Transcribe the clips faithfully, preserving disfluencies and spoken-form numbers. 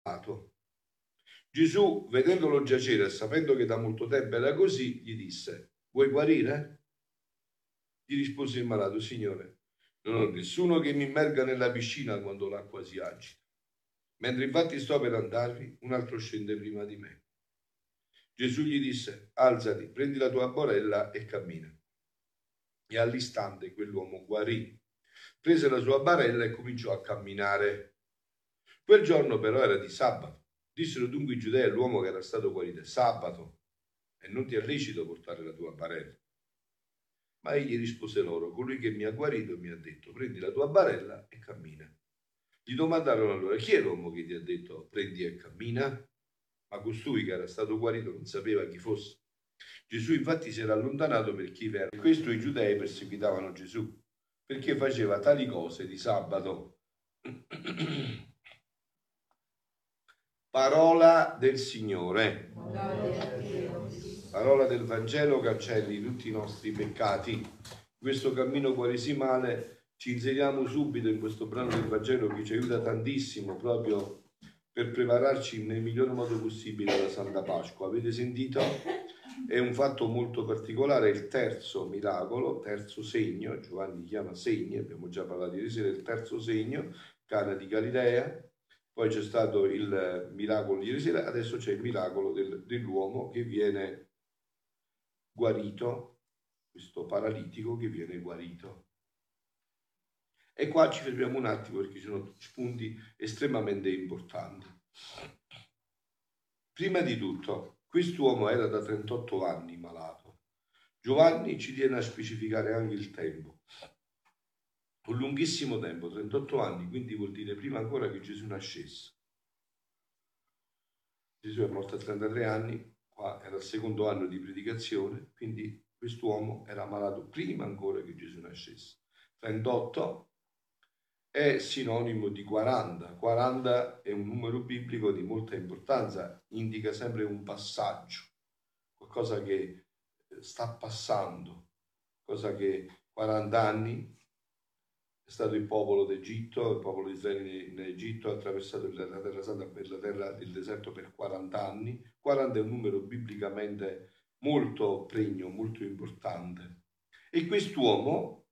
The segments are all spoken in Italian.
Gesù, vedendolo giacere e sapendo che da molto tempo era così, gli disse: vuoi guarire? Gli rispose il malato: Signore, non ho nessuno che mi immerga nella piscina quando l'acqua si agita. Mentre infatti sto per andarvi, un altro scende prima di me. Gesù gli disse: alzati, prendi la tua barella e cammina. E all'istante quell'uomo guarì, prese la sua barella e cominciò a camminare. Quel giorno però era di sabato. Dissero dunque i giudei all'uomo che era stato guarito: è sabato e non ti è lecito portare la tua barella. Ma egli rispose loro: colui che mi ha guarito mi ha detto: prendi la tua barella e cammina. Gli domandarono allora: chi è l'uomo che ti ha detto prendi e cammina? Ma costui che era stato guarito non sapeva chi fosse. Gesù infatti si era allontanato per chiedere. Per questo i giudei perseguitavano Gesù, perché faceva tali cose di sabato. Parola del Signore. Parola del Vangelo cancelli tutti i nostri peccati. In questo cammino quaresimale ci inseriamo subito in questo brano del Vangelo che ci aiuta tantissimo proprio per prepararci nel miglior modo possibile alla Santa Pasqua. Avete sentito? È un fatto molto particolare, il terzo miracolo, terzo segno, Giovanni chiama segni, abbiamo già parlato ieri sera del terzo segno, Cana di Galilea. Poi c'è stato il miracolo di ieri sera, adesso c'è il miracolo del, dell'uomo che viene guarito, questo paralitico che viene guarito. E qua ci fermiamo un attimo perché ci sono spunti estremamente importanti. Prima di tutto, quest'uomo era da trentotto anni malato. Giovanni ci tiene a specificare anche il tempo. Un lunghissimo tempo, trentotto anni, quindi vuol dire prima ancora che Gesù nascesse. Gesù è morto a trentatré anni, qua era il secondo anno di predicazione, quindi quest'uomo era malato prima ancora che Gesù nascesse. trentotto è sinonimo di quaranta. quaranta è un numero biblico di molta importanza, indica sempre un passaggio, qualcosa che sta passando, cosa che quaranta anni è stato il popolo d'Egitto, il popolo di Israele in Egitto, ha attraversato la terra santa per la terra del deserto per quaranta anni. quaranta è un numero biblicamente molto pregno, molto importante. E quest'uomo,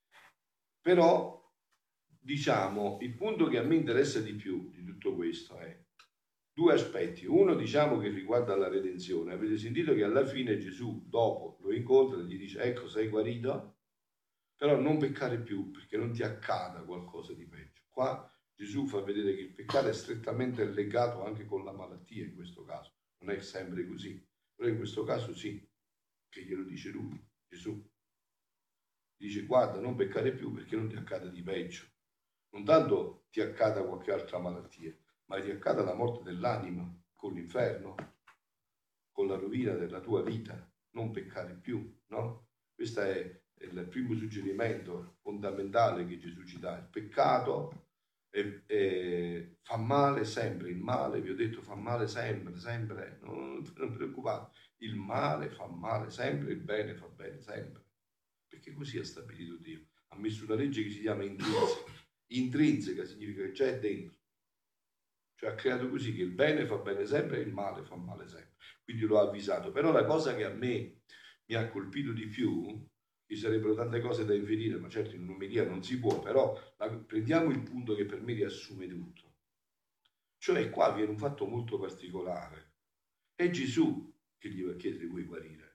però, diciamo, il punto che a me interessa di più di tutto questo è due aspetti. Uno, diciamo, che riguarda la redenzione. Avete sentito che alla fine Gesù, dopo, lo incontra e gli dice: ecco, sei guarito? Però non peccare più perché non ti accada qualcosa di peggio. Qua Gesù fa vedere che il peccato è strettamente legato anche con la malattia in questo caso. Non è sempre così, però in questo caso sì, che glielo dice lui, Gesù. Dice: guarda, non peccare più perché non ti accada di peggio. Non tanto ti accada qualche altra malattia, ma ti accada la morte dell'anima con l'inferno, con la rovina della tua vita. Non peccare più, no? Questo è il primo suggerimento fondamentale che Gesù ci dà. Il peccato è, è, fa male sempre, il male, vi ho detto, fa male sempre, sempre, non, non preoccupate, il male fa male sempre, il bene fa bene sempre, perché così ha stabilito Dio. Ha messo una legge che si chiama intrinseca. Intrinseca significa che già è dentro, cioè ha creato così che il bene fa bene sempre e il male fa male sempre, quindi lo ha avvisato. Però la cosa che a me mi ha colpito di più, ci sarebbero tante cose da inferire, ma certo in un'omelia non si può, però la, prendiamo il punto che per me riassume tutto. Cioè qua viene un fatto molto particolare. È Gesù che gli va a chiedere: vuoi guarire?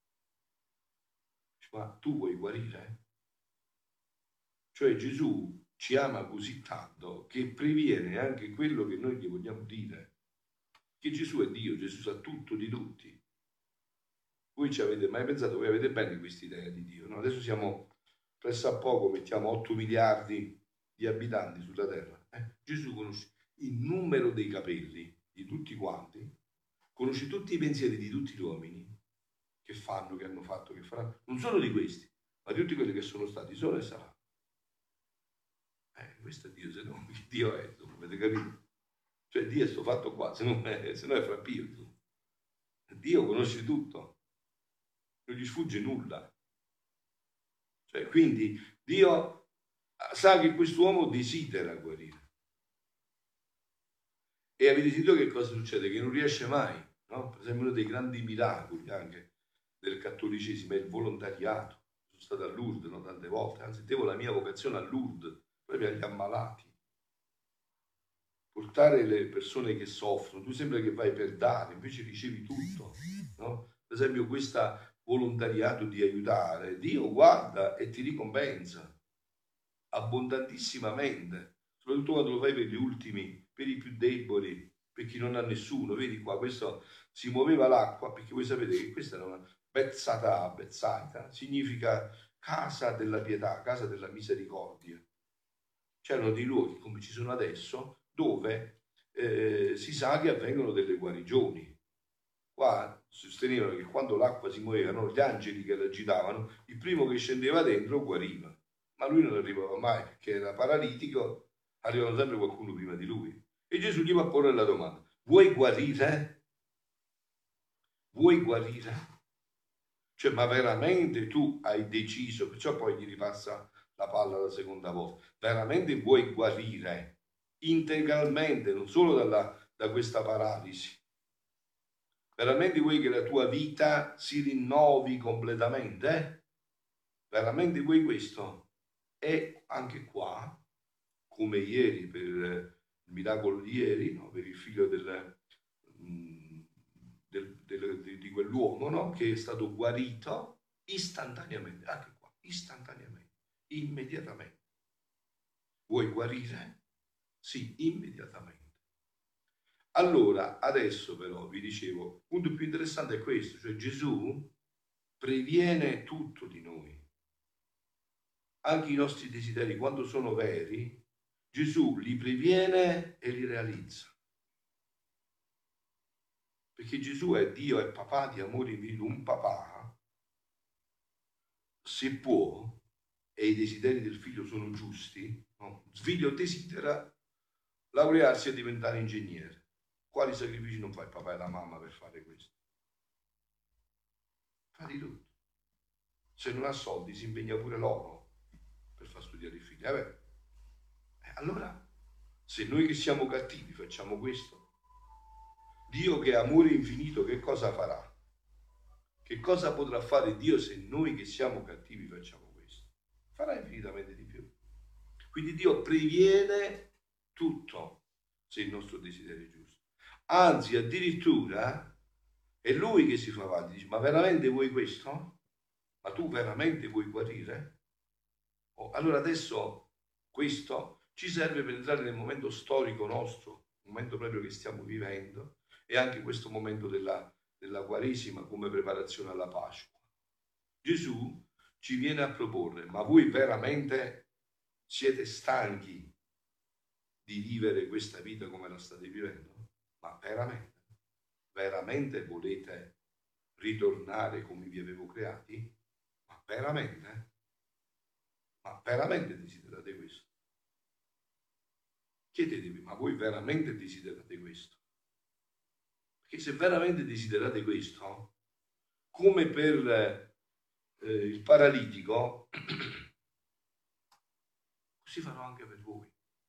Ma tu vuoi guarire? Cioè Gesù ci ama così tanto che previene anche quello che noi gli vogliamo dire. Che Gesù è Dio, Gesù sa tutto di tutti. Voi ci avete mai pensato, voi avete bene questa idea di Dio, no? Adesso siamo presso a poco, mettiamo otto miliardi di abitanti sulla terra. Eh? Gesù conosce il numero dei capelli di tutti quanti, conosce tutti i pensieri di tutti gli uomini che fanno, che hanno fatto, che faranno, non solo di questi, ma di tutti quelli che sono stati, sono e saranno. Eh, questo è Dio, se no, Dio è, avete capito? Cioè Dio è sto fatto qua, se no è, se no è frappio. Dio conosce tutto, non gli sfugge nulla. Cioè, quindi Dio sa che quest'uomo desidera guarire. E avete sentito che cosa succede? Che non riesce mai, no? Per esempio uno dei grandi miracoli anche del cattolicesimo è il volontariato. Sono stato a Lourdes, no? Tante volte, anzi devo la mia vocazione a Lourdes, proprio agli ammalati. Portare le persone che soffrono, tu sembra che vai per dare, invece ricevi tutto, no? Per esempio questo volontariato di aiutare, Dio guarda e ti ricompensa abbondantissimamente, soprattutto quando lo fai per gli ultimi, per i più deboli, per chi non ha nessuno. Vedi qua, questo si muoveva l'acqua, perché voi sapete che questa era una Bezzata, Bezzaita, significa casa della pietà, casa della misericordia. C'erano dei luoghi, come ci sono adesso, dove eh, si sa che avvengono delle guarigioni. Qua sostenevano che quando l'acqua si muoveva, no, gli angeli che l'agitavano, il primo che scendeva dentro guariva. Ma lui non arrivava mai perché era paralitico, arrivava sempre qualcuno prima di lui. E Gesù gli va a porre la domanda: vuoi guarire? Vuoi guarire? Cioè, ma veramente tu hai deciso, perciò poi gli ripassa la palla la seconda volta, veramente vuoi guarire integralmente, non solo dalla, da questa paralisi? Veramente vuoi che la tua vita si rinnovi completamente? Eh? Veramente vuoi questo? E anche qua, come ieri per il miracolo di ieri, no? Per il figlio del, del, del, di, di quell'uomo, no? Che è stato guarito istantaneamente, anche qua, istantaneamente, immediatamente. Vuoi guarire? Sì, immediatamente. Allora, adesso però vi dicevo, il punto più interessante è questo, cioè Gesù previene tutto di noi. Anche i nostri desideri, quando sono veri, Gesù li previene e li realizza. Perché Gesù è Dio, è papà di amore infinito, un papà, se può, e i desideri del figlio sono giusti, no? Il figlio desidera laurearsi e diventare ingegnere. Quali sacrifici non fa il papà e la mamma per fare questo? Fa di tutto. Se non ha soldi si impegna pure loro per far studiare i figli. Eh beh, allora, se noi che siamo cattivi facciamo questo, Dio che è amore infinito, che cosa farà? Che cosa potrà fare Dio se noi che siamo cattivi facciamo questo? Farà infinitamente di più. Quindi Dio previene tutto se il nostro desiderio è giusto. Anzi, addirittura è Lui che si fa avanti. Dice, ma veramente vuoi questo? Ma tu veramente vuoi guarire? Oh, allora adesso questo ci serve per entrare nel momento storico nostro, il momento proprio che stiamo vivendo, e anche questo momento della, della Quaresima come preparazione alla Pasqua. Gesù ci viene a proporre, ma voi veramente siete stanchi di vivere questa vita come la state vivendo? Ma veramente? Veramente volete ritornare come vi avevo creati? Ma veramente? Ma veramente desiderate questo? Chiedetevi, ma voi veramente desiderate questo? Perché se veramente desiderate questo, come per eh, il paralitico, così farò anche per voi.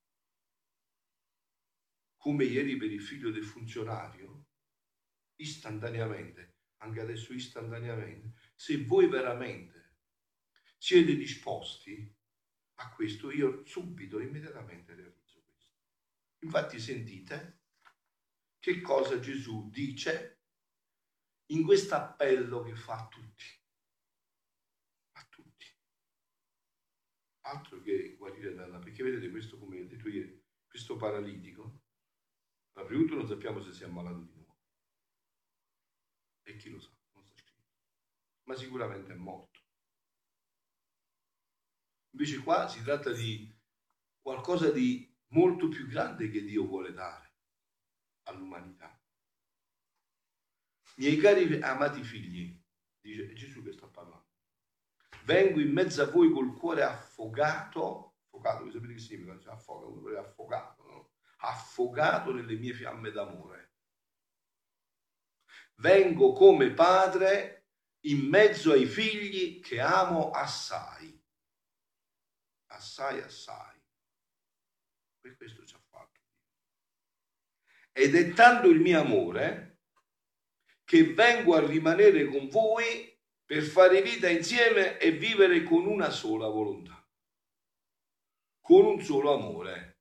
Come ieri per il figlio del funzionario, istantaneamente, anche adesso istantaneamente, se voi veramente siete disposti a questo, io subito, immediatamente realizzo questo. Infatti sentite che cosa Gesù dice in questo appello che fa a tutti, a tutti, altro che guarire dalla, perché vedete questo, come ho detto ieri, questo paralitico, ma prima di tutto non sappiamo se si è ammalato di nuovo, e chi lo sa, non sta scritto, ma sicuramente è morto. Invece qua si tratta di qualcosa di molto più grande che Dio vuole dare all'umanità. Miei cari amati figli, dice è Gesù che sta parlando, vengo in mezzo a voi col cuore affogato, affogato, sapete che significa? Cioè, affoga, uno è affogato, no? Affogato nelle mie fiamme d'amore. Vengo come padre in mezzo ai figli che amo assai, assai, assai. Per questo ci ha fatto. ed è tanto il mio amore che vengo a rimanere con voi per fare vita insieme e vivere con una sola volontà, con un solo amore.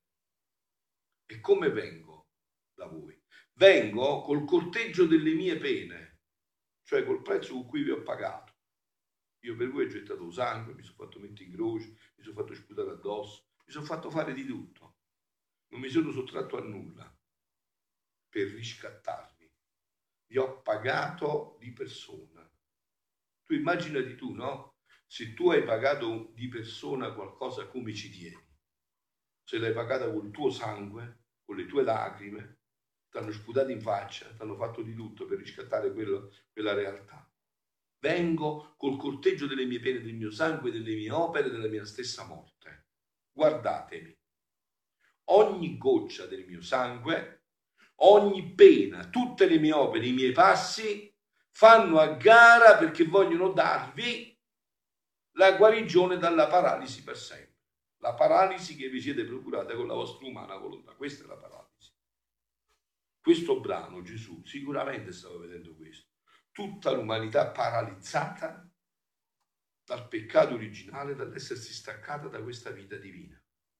E come vengo da voi? Vengo col corteggio delle mie pene, cioè col prezzo con cui vi ho pagato. Io per voi ho gettato sangue, mi sono fatto mettere in croce, mi sono fatto sputare addosso, mi sono fatto fare di tutto. Non mi sono sottratto a nulla per riscattarvi. Vi ho pagato di persona. Tu immaginati tu, no? Se tu hai pagato di persona qualcosa, come ci tieni? Se l'hai pagata col tuo sangue, con le tue lacrime, ti hanno sputato in faccia, ti hanno fatto di tutto per riscattare quello, quella realtà. Vengo col corteggio delle mie pene, del mio sangue, delle mie opere, della mia stessa morte. Guardatemi. Ogni goccia del mio sangue, ogni pena, tutte le mie opere, i miei passi fanno a gara perché vogliono darvi la guarigione dalla paralisi per sempre. La paralisi che vi siete procurate con la vostra umana volontà. Questa è la paralisi. Questo brano Gesù sicuramente stava vedendo questo. Tutta l'umanità paralizzata dal peccato originale, dall'essersi staccata da questa vita divina.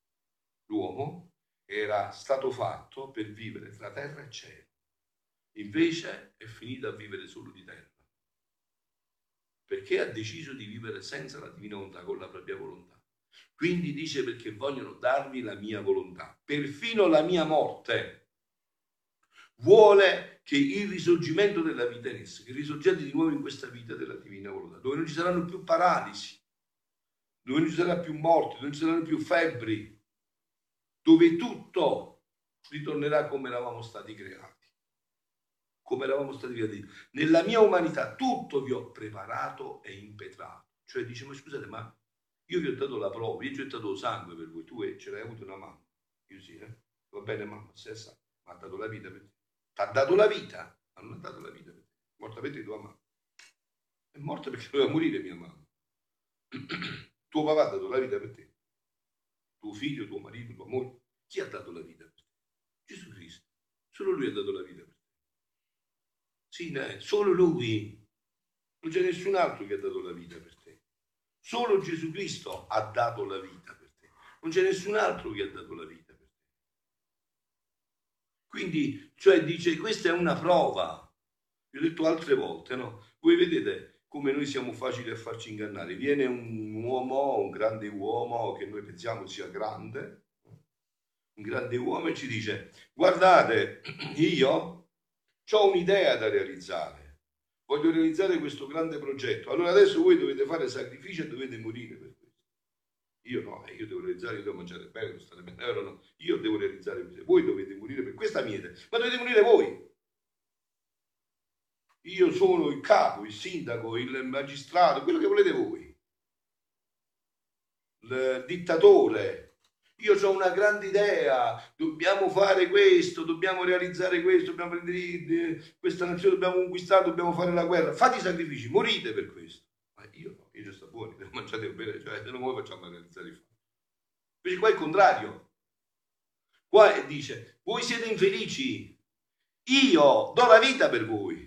L'uomo era stato fatto per vivere tra terra e cielo, invece è finito a vivere solo di terra, perché ha deciso di vivere senza la divina volontà, con la propria volontà. Quindi dice: perché vogliono darvi la mia volontà, perfino la mia morte vuole che il risorgimento della vita in essa, che risorgete di nuovo in questa vita della divina volontà, dove non ci saranno più paralisi, dove non ci saranno più morti, dove non ci saranno più febbri, dove tutto ritornerà come eravamo stati creati, come eravamo stati creati. Nella mia umanità tutto vi ho preparato e impetrato. Cioè dice: ma scusate, ma io vi ho dato la prova, io ho gettato sangue per voi, tu ce l'hai avuto una mamma. Io sì, eh? Va bene mamma, stessa, ma ha dato la vita per te. Ti ha dato la vita, ma non ha dato la vita per te. È morta per te tua mamma. È morta perché doveva morire mia mamma. Tuo papà ha dato la vita per te. Tuo figlio, tuo marito, tua moglie. Chi ha dato la vita per te? Gesù Cristo. Solo Lui ha dato la vita per te. Sì, no, solo Lui. Non c'è nessun altro che ha dato la vita per te. Solo Gesù Cristo ha dato la vita per te. Non c'è nessun altro che ha dato la vita per te. Quindi, cioè, dice, questa è una prova. Vi ho detto altre volte, no? Voi vedete come noi siamo facili a farci ingannare. Viene un uomo, un grande uomo che noi pensiamo sia grande, un grande uomo, e ci dice: guardate, io ho un'idea da realizzare, voglio realizzare questo grande progetto, allora adesso voi dovete fare sacrifici e dovete morire per questo. Io no, io devo realizzare, io devo mangiare bene, devo stare bene, allora no, io devo realizzare questo, voi dovete morire per questa mia idea, ma dovete morire voi. Io sono il capo, il sindaco, il magistrato, quello che volete voi, il dittatore. Io ho una grande idea, dobbiamo fare questo, dobbiamo realizzare questo, dobbiamo prendere questa nazione, dobbiamo conquistare, dobbiamo fare la guerra. Fate i sacrifici, morite per questo. Ma io no, io già sto buoni, devo mangiare bene, cioè se non voi facciamo realizzare i fatti. Invece qua è il contrario. Qua dice: voi siete infelici, io do la vita per voi.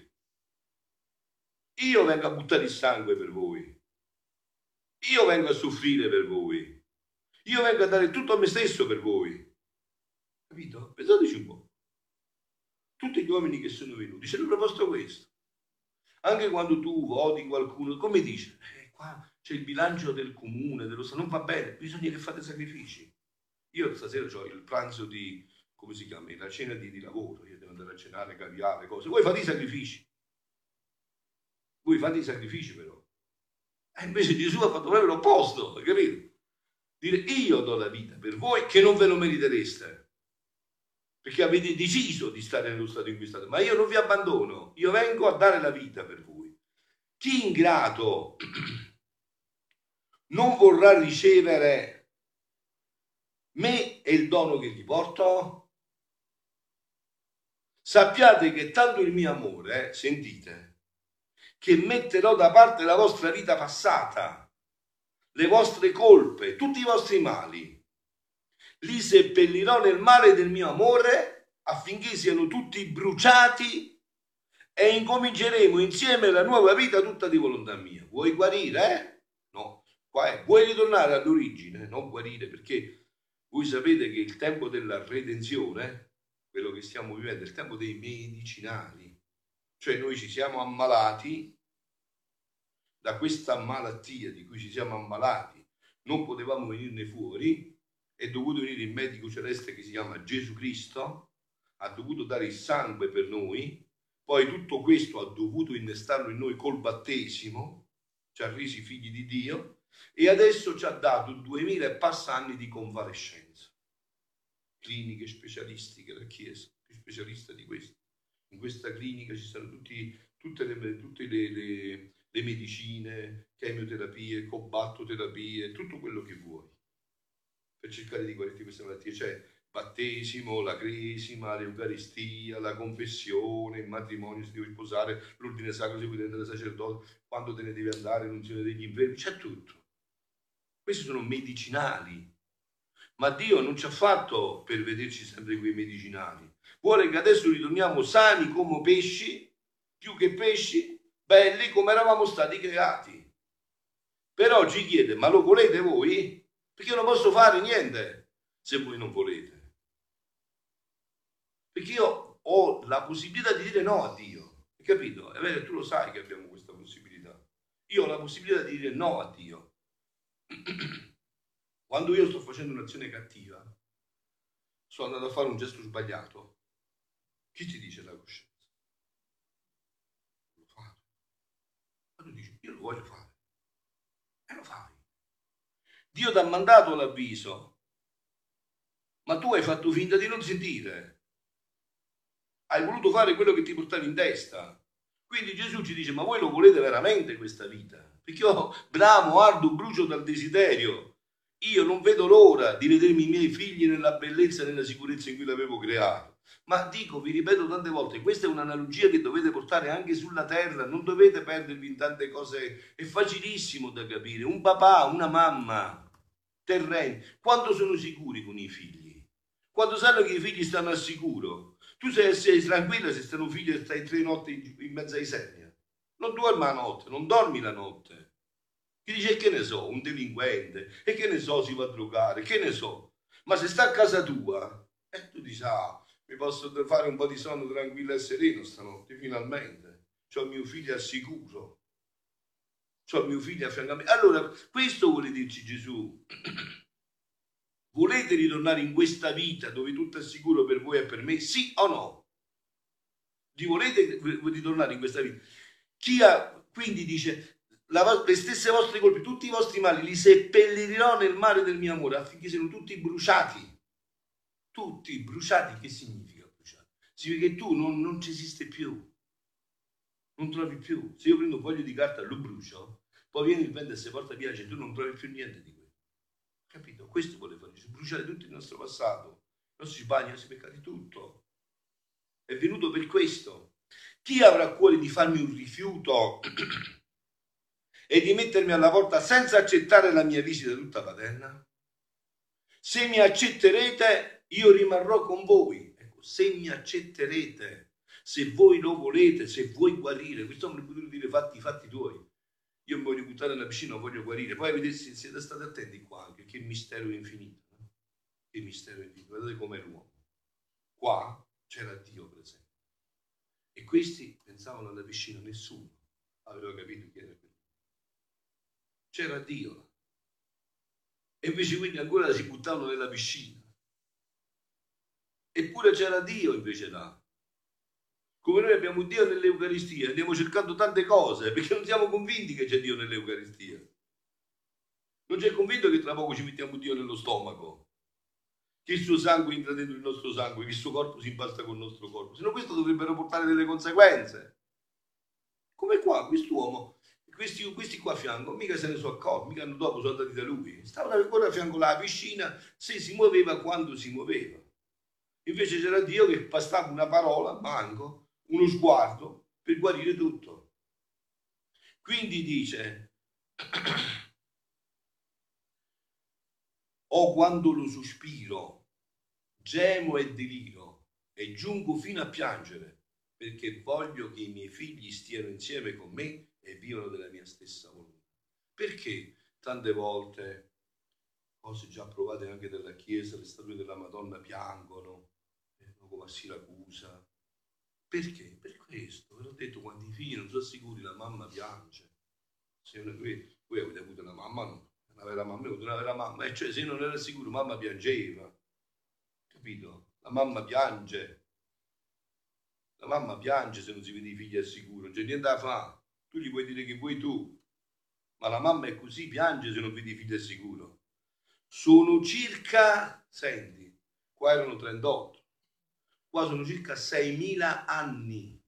Io vengo a buttare il sangue per voi. Io vengo a soffrire per voi. Io vengo a dare tutto a me stesso per voi. Capito? Pensateci un po'. Tutti gli uomini che sono venuti ci hanno proposto questo. Anche quando tu odi qualcuno, come dice? Eh, qua c'è il bilancio del comune, dello Stato, non va bene, bisogna che fate sacrifici. Io stasera ho il pranzo di, come si chiama? La cena di, di lavoro, io devo andare a cenare, caviare, cose. Voi fate i sacrifici. Voi fate i sacrifici però. E invece Gesù ha fatto proprio l'opposto, capito? Dire: io do la vita per voi che non ve lo meritereste, perché avete deciso di stare nello stato in cui state, ma io non vi abbandono, io vengo a dare la vita per voi. Chi ingrato non vorrà ricevere me e il dono che gli porto? Sappiate che tanto il mio amore, eh, sentite, che metterò da parte la vostra vita passata, le vostre colpe, tutti i vostri mali, li seppellirò nel mare del mio amore affinché siano tutti bruciati e incominceremo insieme la nuova vita tutta di volontà mia. Vuoi guarire? Eh? No. Qua è, vuoi ritornare all'origine? Non guarire, perché voi sapete che il tempo della redenzione, quello che stiamo vivendo, è il tempo dei medicinali. Cioè noi ci siamo ammalati da questa malattia di cui ci siamo ammalati, non potevamo venirne fuori, è dovuto venire il medico celeste che si chiama Gesù Cristo, ha dovuto dare il sangue per noi, poi tutto questo ha dovuto innestarlo in noi col battesimo, ci ha resi figli di Dio e adesso ci ha dato duemila e passa anni di convalescenza. Cliniche specialistiche, la Chiesa, più specialista di questo. In questa clinica ci sono tutti, tutte, le, tutte le, le, le medicine, chemioterapie, cobaltoterapie, tutto quello che vuoi per cercare di guarire queste malattie. C'è battesimo, la cresima, l'eucaristia, la confessione, il matrimonio, si deve sposare, l'ordine sacro, si può diventare sacerdote, quando te ne devi andare, l'unzione degli infermi, c'è tutto. Questi sono medicinali, ma Dio non ci ha fatto per vederci sempre quei medicinali. Vuole che adesso ritorniamo sani come pesci, più che pesci, belli come eravamo stati creati. Però ci chiede, ma lo volete voi? Perché io non posso fare niente se voi non volete. Perché io ho la possibilità di dire no a Dio, hai capito? È vero, tu lo sai che abbiamo questa possibilità. Io ho la possibilità di dire no a Dio. Quando io sto facendo un'azione cattiva, sto andando a fare un gesto sbagliato, chi ti dice la coscienza? Lo fai. Ma tu dici, io lo voglio fare. E lo fai. Dio ti ha mandato l'avviso, ma tu hai fatto finta di non sentire. Hai voluto fare quello che ti portavi in testa. Quindi Gesù ci dice, ma voi lo volete veramente questa vita? Perché io bramo, ardo, brucio dal desiderio. Io non vedo l'ora di vedermi i miei figli nella bellezza e nella sicurezza in cui l'avevo creato. Ma dico, vi ripeto tante volte, questa è un'analogia che dovete portare anche sulla terra, non dovete perdervi in tante cose, è facilissimo da capire. Un papà, una mamma, terreni, quando sono sicuri con i figli? Quando sanno che i figli stanno al sicuro? Tu sei, sei tranquilla se stanno figli e stai tre notti in, in mezzo ai sedia. Non dormi la notte, non dormi la notte. Chi dice che ne so, un delinquente, e che ne so, si va a drogare, che ne so. Ma se sta a casa tua, e eh, tu dici, ah, mi posso fare un po' di sonno tranquillo e sereno stanotte, finalmente. C'ho mio figlio al sicuro. C'ho mio figlio a fianco a me. Allora, questo vuole dirci Gesù. Volete ritornare in questa vita dove tutto è sicuro per voi e per me? Sì o no? Di volete ritornare in questa vita? Chi ha, quindi dice... La, le stesse vostre colpe, tutti i vostri mali li seppellirò nel mare del mio amore affinché siano tutti bruciati. Tutti bruciati. Che significa bruciati? Significa che tu non, non ci esiste più, non trovi più. Se io prendo un foglio di carta e lo brucio, poi viene il vento e si porta via, cioè tu non trovi più niente di quello. Capito? Questo vuole fare Gesù, bruciare tutto il nostro passato, i nostri sbagli, i nostri peccati, tutto. È venuto per questo. Chi avrà cuore di farmi un rifiuto e di mettermi alla porta senza accettare la mia visita tutta paterna? Se mi accetterete, io rimarrò con voi. Ecco, se mi accetterete, se voi lo volete, se vuoi guarire, questo non potete dire fatti i fatti tuoi. Io mi voglio buttare nella piscina, non voglio guarire. Poi vedete, siete stati attenti qua anche, che mistero infinito. No? Che mistero infinito. Guardate com'è l'uomo. Qua c'era Dio presente. E questi pensavano alla piscina, nessuno aveva capito chi era quello. C'era Dio e invece quindi ancora si buttavano nella piscina, eppure c'era Dio invece là. Come noi abbiamo Dio nell'Eucaristia, andiamo cercando tante cose perché non siamo convinti che c'è Dio nell'Eucaristia, non c'è convinto che tra poco ci mettiamo Dio nello stomaco, che il suo sangue entra dentro il nostro sangue, che il suo corpo si impasta col nostro corpo, se no questo dovrebbero portare delle conseguenze. Come qua quest'uomo, Questi, questi qua a fianco mica se ne sono accorti, mica hanno dopo sono andati da lui, stavano ancora a fianco alla piscina, se si muoveva quando si muoveva. Invece c'era Dio che bastava una parola, manco, uno sguardo per guarire tutto. Quindi dice, o quando lo sospiro, gemo e deliro, e giungo fino a piangere, perché voglio che i miei figli stiano insieme con me e vivano della mia stessa volontà. Perché tante volte, cose già provate anche dalla Chiesa, le statue della Madonna piangono, eh, come a Siracusa? Perché? Per questo, ve l'ho detto, quando i figli non sono sicuri, la mamma piange. Se una, voi, voi avete avuto una mamma, no? Una vera mamma, io ho avuto una vera mamma, e cioè se non era sicuro, mamma piangeva, capito? La mamma piange. La mamma piange se non si vede i figli al sicuro, non c'è niente da fare. Tu gli puoi dire che vuoi tu, ma la mamma è così, piange se non vedi i figli al sicuro. Sono circa, senti, qua erano trentotto, qua sono circa seimila anni,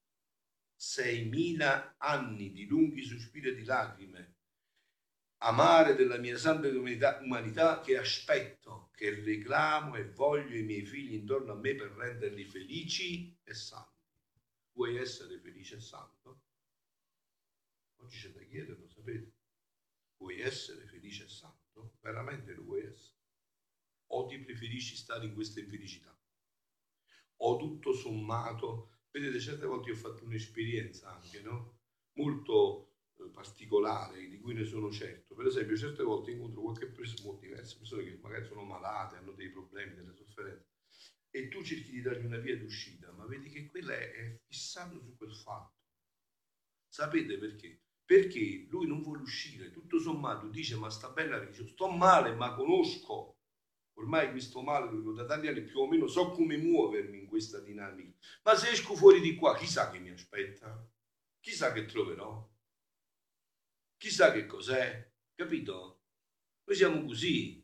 seimila anni di lunghi sospiri e di lacrime, amare della mia santa umanità, umanità che aspetto, che reclamo e voglio i miei figli intorno a me per renderli felici e santi. Vuoi essere felice e santo? Oggi c'è da chiederlo, sapete? Vuoi essere felice e santo? Veramente lo vuoi essere? O ti preferisci stare in questa infelicità? O tutto sommato, vedete, certe volte io ho fatto un'esperienza anche, no? Molto eh, particolare, di cui ne sono certo. Per esempio, certe volte incontro qualche persona, diverse persone che magari sono malate, hanno dei problemi, delle sofferenze, e tu cerchi di dargli una via d'uscita, ma vedi che quella è, è fissato su quel fatto. Sapete perché? Perché lui non vuole uscire, tutto sommato dice ma sta bella, dice sto male ma conosco, ormai questo male lo da tanti anni più o meno so come muovermi in questa dinamica, ma se esco fuori di qua chissà che mi aspetta, chissà che troverò, chissà che cos'è, capito? Noi siamo così,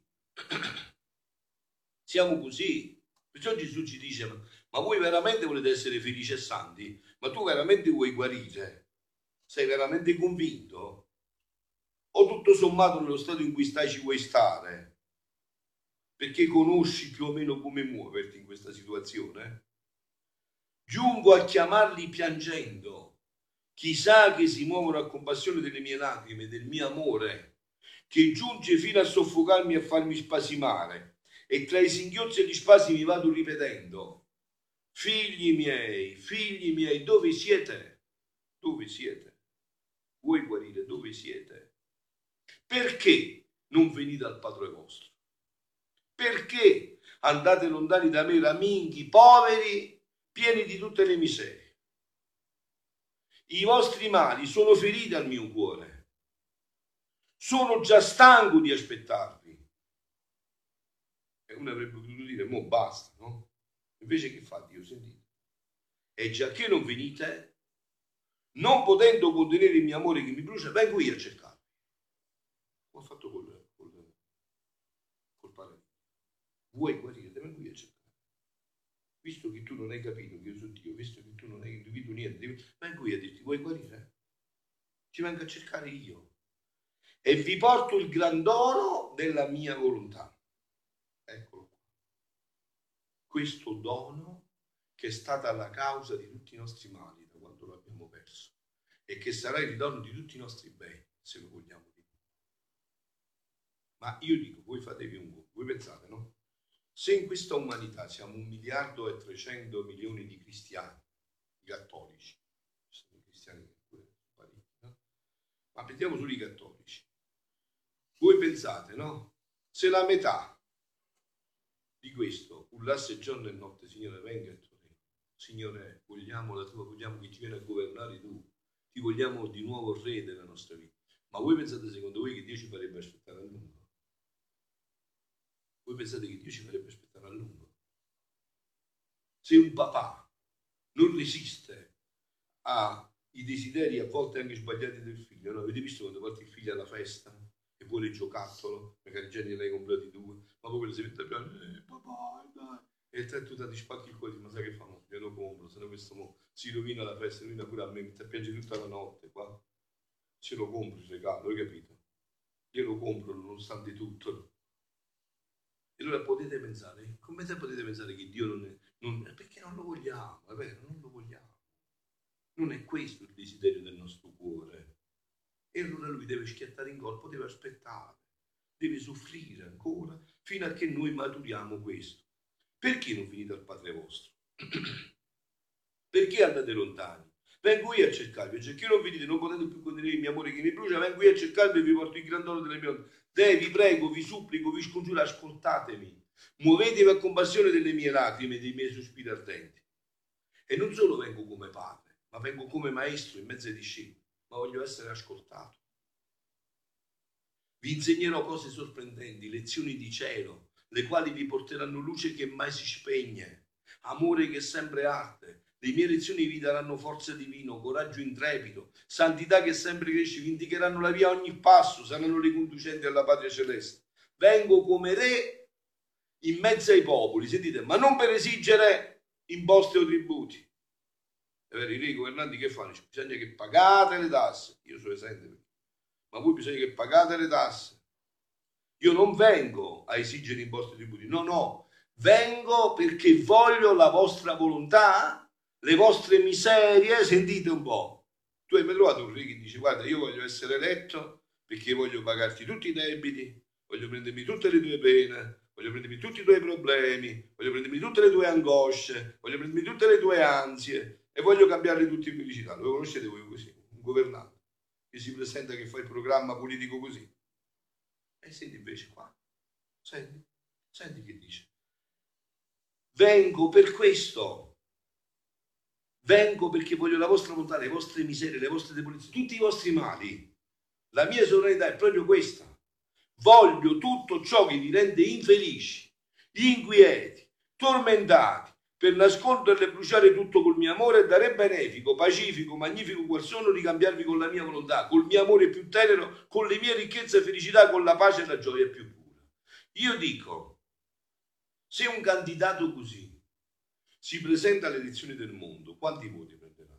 siamo così. Perciò Gesù ci dice ma, ma voi veramente volete essere felici e santi? Ma tu veramente vuoi guarire? Sei veramente convinto? O tutto sommato nello stato in cui stai ci vuoi stare? Perché conosci più o meno come muoverti in questa situazione? Giungo a chiamarli piangendo. Chissà che si muovono a compassione delle mie lacrime, del mio amore, che giunge fino a soffocarmi e a farmi spasimare. E tra i singhiozzi e gli spasimi vado ripetendo: figli miei, figli miei, dove siete? Dove siete? Vuoi guarire? Dove siete? Perché non venite al Padre vostro? Perché andate lontani da me, raminghi, poveri, pieni di tutte le miserie? I vostri mali sono feriti al mio cuore. Sono già stanco di aspettarvi. E uno avrebbe potuto dire, mo basta, no? Invece che fa Dio? Sentite. E già che non venite, non potendo contenere il mio amore che mi brucia, vengo io a cercarvi. Ho fatto col, col, col paradiso. Vuoi guarire? Te vengo io a cercare. Visto che tu non hai capito che io sono Dio, visto che tu non hai capito niente, vengo io a dirti, vuoi guarire? Ti vengo a cercare io. E vi porto il gran dono della mia volontà. Eccolo qua. Questo dono che è stata la causa di tutti i nostri mali da quando lo abbiamo perso e che sarà il ritorno di tutti i nostri beni, se lo vogliamo dire. Ma io dico, voi fatevi un conto, voi pensate, no? Se in questa umanità siamo un miliardo e trecento milioni di cristiani, di cattolici, sono cristiani pure parecchi, no? Ma vediamo solo i cattolici. Voi pensate, no? Se la metà di questo urlasse giorno e notte, Signore, venga il tuo regno, Signore, vogliamo la tua, vogliamo che ci vieni a governare tu, ti vogliamo di nuovo re della nostra vita. Ma voi pensate, secondo voi, che Dio ci farebbe aspettare a lungo? Voi pensate che Dio ci farebbe aspettare a lungo? Se un papà non resiste ai desideri a volte anche sbagliati del figlio, no? Avete visto quando porti il figlio alla festa e vuole il giocattolo, magari già ne hai comprati due, ma poi quello si mette a piangere, eh, papà, dai, e te tu ti spacchi il cuore, ma sai che fa? No, glielo compro, se no questo mo si rovina la festa, rovina pure a me, mi sta a piangere tutta la notte qua, ce lo compro il regalo, hai capito? Glielo compro nonostante tutto. E allora potete pensare, come te potete pensare che Dio non è, non, perché non lo vogliamo, è vero, non lo vogliamo. Non è questo il desiderio del nostro cuore. E allora lui deve schiattare in corpo, deve aspettare, deve soffrire ancora fino a che noi maturiamo questo. Perché non venite al Padre vostro? Perché andate lontani? Vengo io a cercarvi, cioè che non vi dite non potete più contenere il mio amore che mi brucia, vengo io a cercarvi e vi porto il gran dono delle mie onde. Deh, vi prego, vi supplico, vi scongiuro, ascoltatemi, muovetevi a compassione delle mie lacrime e dei miei sospiri ardenti. E non solo vengo come padre, ma vengo come maestro in mezzo ai discepoli, ma voglio essere ascoltato. Vi insegnerò cose sorprendenti, lezioni di cielo, le quali vi porteranno luce che mai si spegne, amore che sempre arde. Le mie lezioni vi daranno forza divino, coraggio intrepido, santità che sempre cresce, vi indicheranno la via a ogni passo, saranno le conducenti alla patria celeste. Vengo come re in mezzo ai popoli, sentite, ma non per esigere imposte o tributi. I re governanti che fanno? Bisogna che pagate le tasse. Io sono esente, ma voi bisogna che pagate le tasse. Io non vengo a esigere imposte e tributi, no, no, vengo perché voglio la vostra volontà, le vostre miserie, sentite un po'. Tu hai mai trovato un re che dice, guarda, io voglio essere eletto perché voglio pagarti tutti i debiti, voglio prendermi tutte le tue pene, voglio prendermi tutti i tuoi problemi, voglio prendermi tutte le tue angosce, voglio prendermi tutte le tue ansie e voglio cambiarle tutte in felicità. Lo conoscete voi così? Un governante che si presenta, che fa il programma politico così. E senti invece qua, senti, senti che dice. Vengo per questo. Vengo perché voglio la vostra volontà, le vostre miserie, le vostre debolezze, tutti i vostri mali. La mia sovranità è proprio questa. Voglio tutto ciò che vi rende infelici, inquieti, tormentati, per nasconderle e bruciare tutto col mio amore e dare benefico, pacifico, magnifico qual sono, ricambiarvi con la mia volontà, col mio amore più tenero, con le mie ricchezze e felicità, con la pace e la gioia più pura. Io dico, se un candidato così si presenta alle elezioni del mondo, quanti voti prenderà?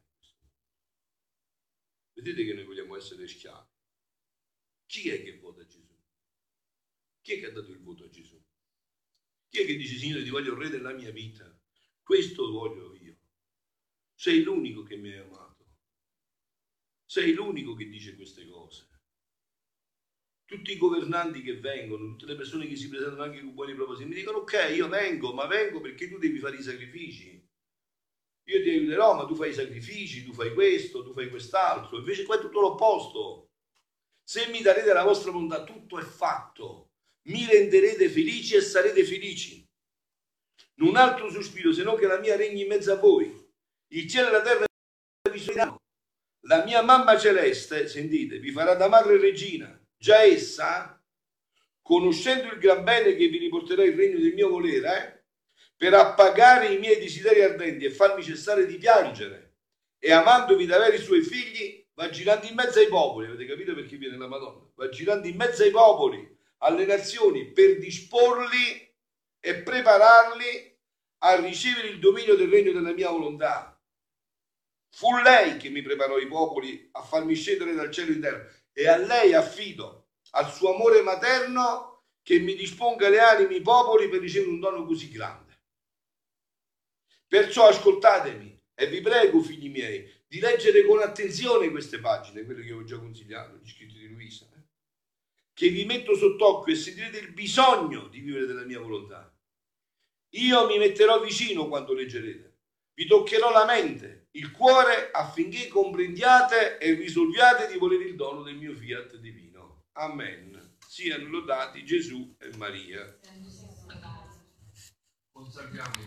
Vedete che noi vogliamo essere schiavi. Chi è che vota Gesù? Chi è che ha dato il voto a Gesù? Chi è che dice, Signore, ti voglio il re della mia vita? Questo voglio io. Sei l'unico che mi hai amato. Sei l'unico che dice queste cose. Tutti i governanti che vengono, tutte le persone che si presentano anche con buoni propositi, mi dicono, ok, io vengo, ma vengo perché tu devi fare i sacrifici. Io ti aiuterò, ma tu fai i sacrifici, tu fai questo, tu fai quest'altro. Invece qua è tutto l'opposto. Se mi darete la vostra volontà, tutto è fatto. Mi renderete felici e sarete felici. Non altro sospiro, se non che la mia regni in mezzo a voi. Il cielo e la terra vi sono. La mia mamma celeste, sentite, vi farà da madre regina. Già essa, conoscendo il gran bene che vi riporterà il regno del mio volere, eh, per appagare i miei desideri ardenti e farmi cessare di piangere, e amandovi da veri suoi figli, va girando in mezzo ai popoli. Avete capito perché viene la Madonna? Va girando in mezzo ai popoli, alle nazioni, per disporli e prepararli a ricevere il dominio del regno della mia volontà. Fu lei che mi preparò i popoli a farmi scendere dal cielo in terra, e a lei affido, al suo amore materno, che mi disponga le anime, i popoli, per ricevere un dono così grande. Perciò ascoltatemi e vi prego, figli miei, di leggere con attenzione queste pagine, quelle che ho già consigliato, gli scritti di Luisa, eh, che vi metto sott'occhio, e sentirete il bisogno di vivere della mia volontà. Io mi metterò vicino quando leggerete, vi toccherò la mente, il cuore, affinché comprendiate e risolviate di volere il dono del mio fiat divino. Amen. Siano lodati Gesù e Maria. Consacriamo.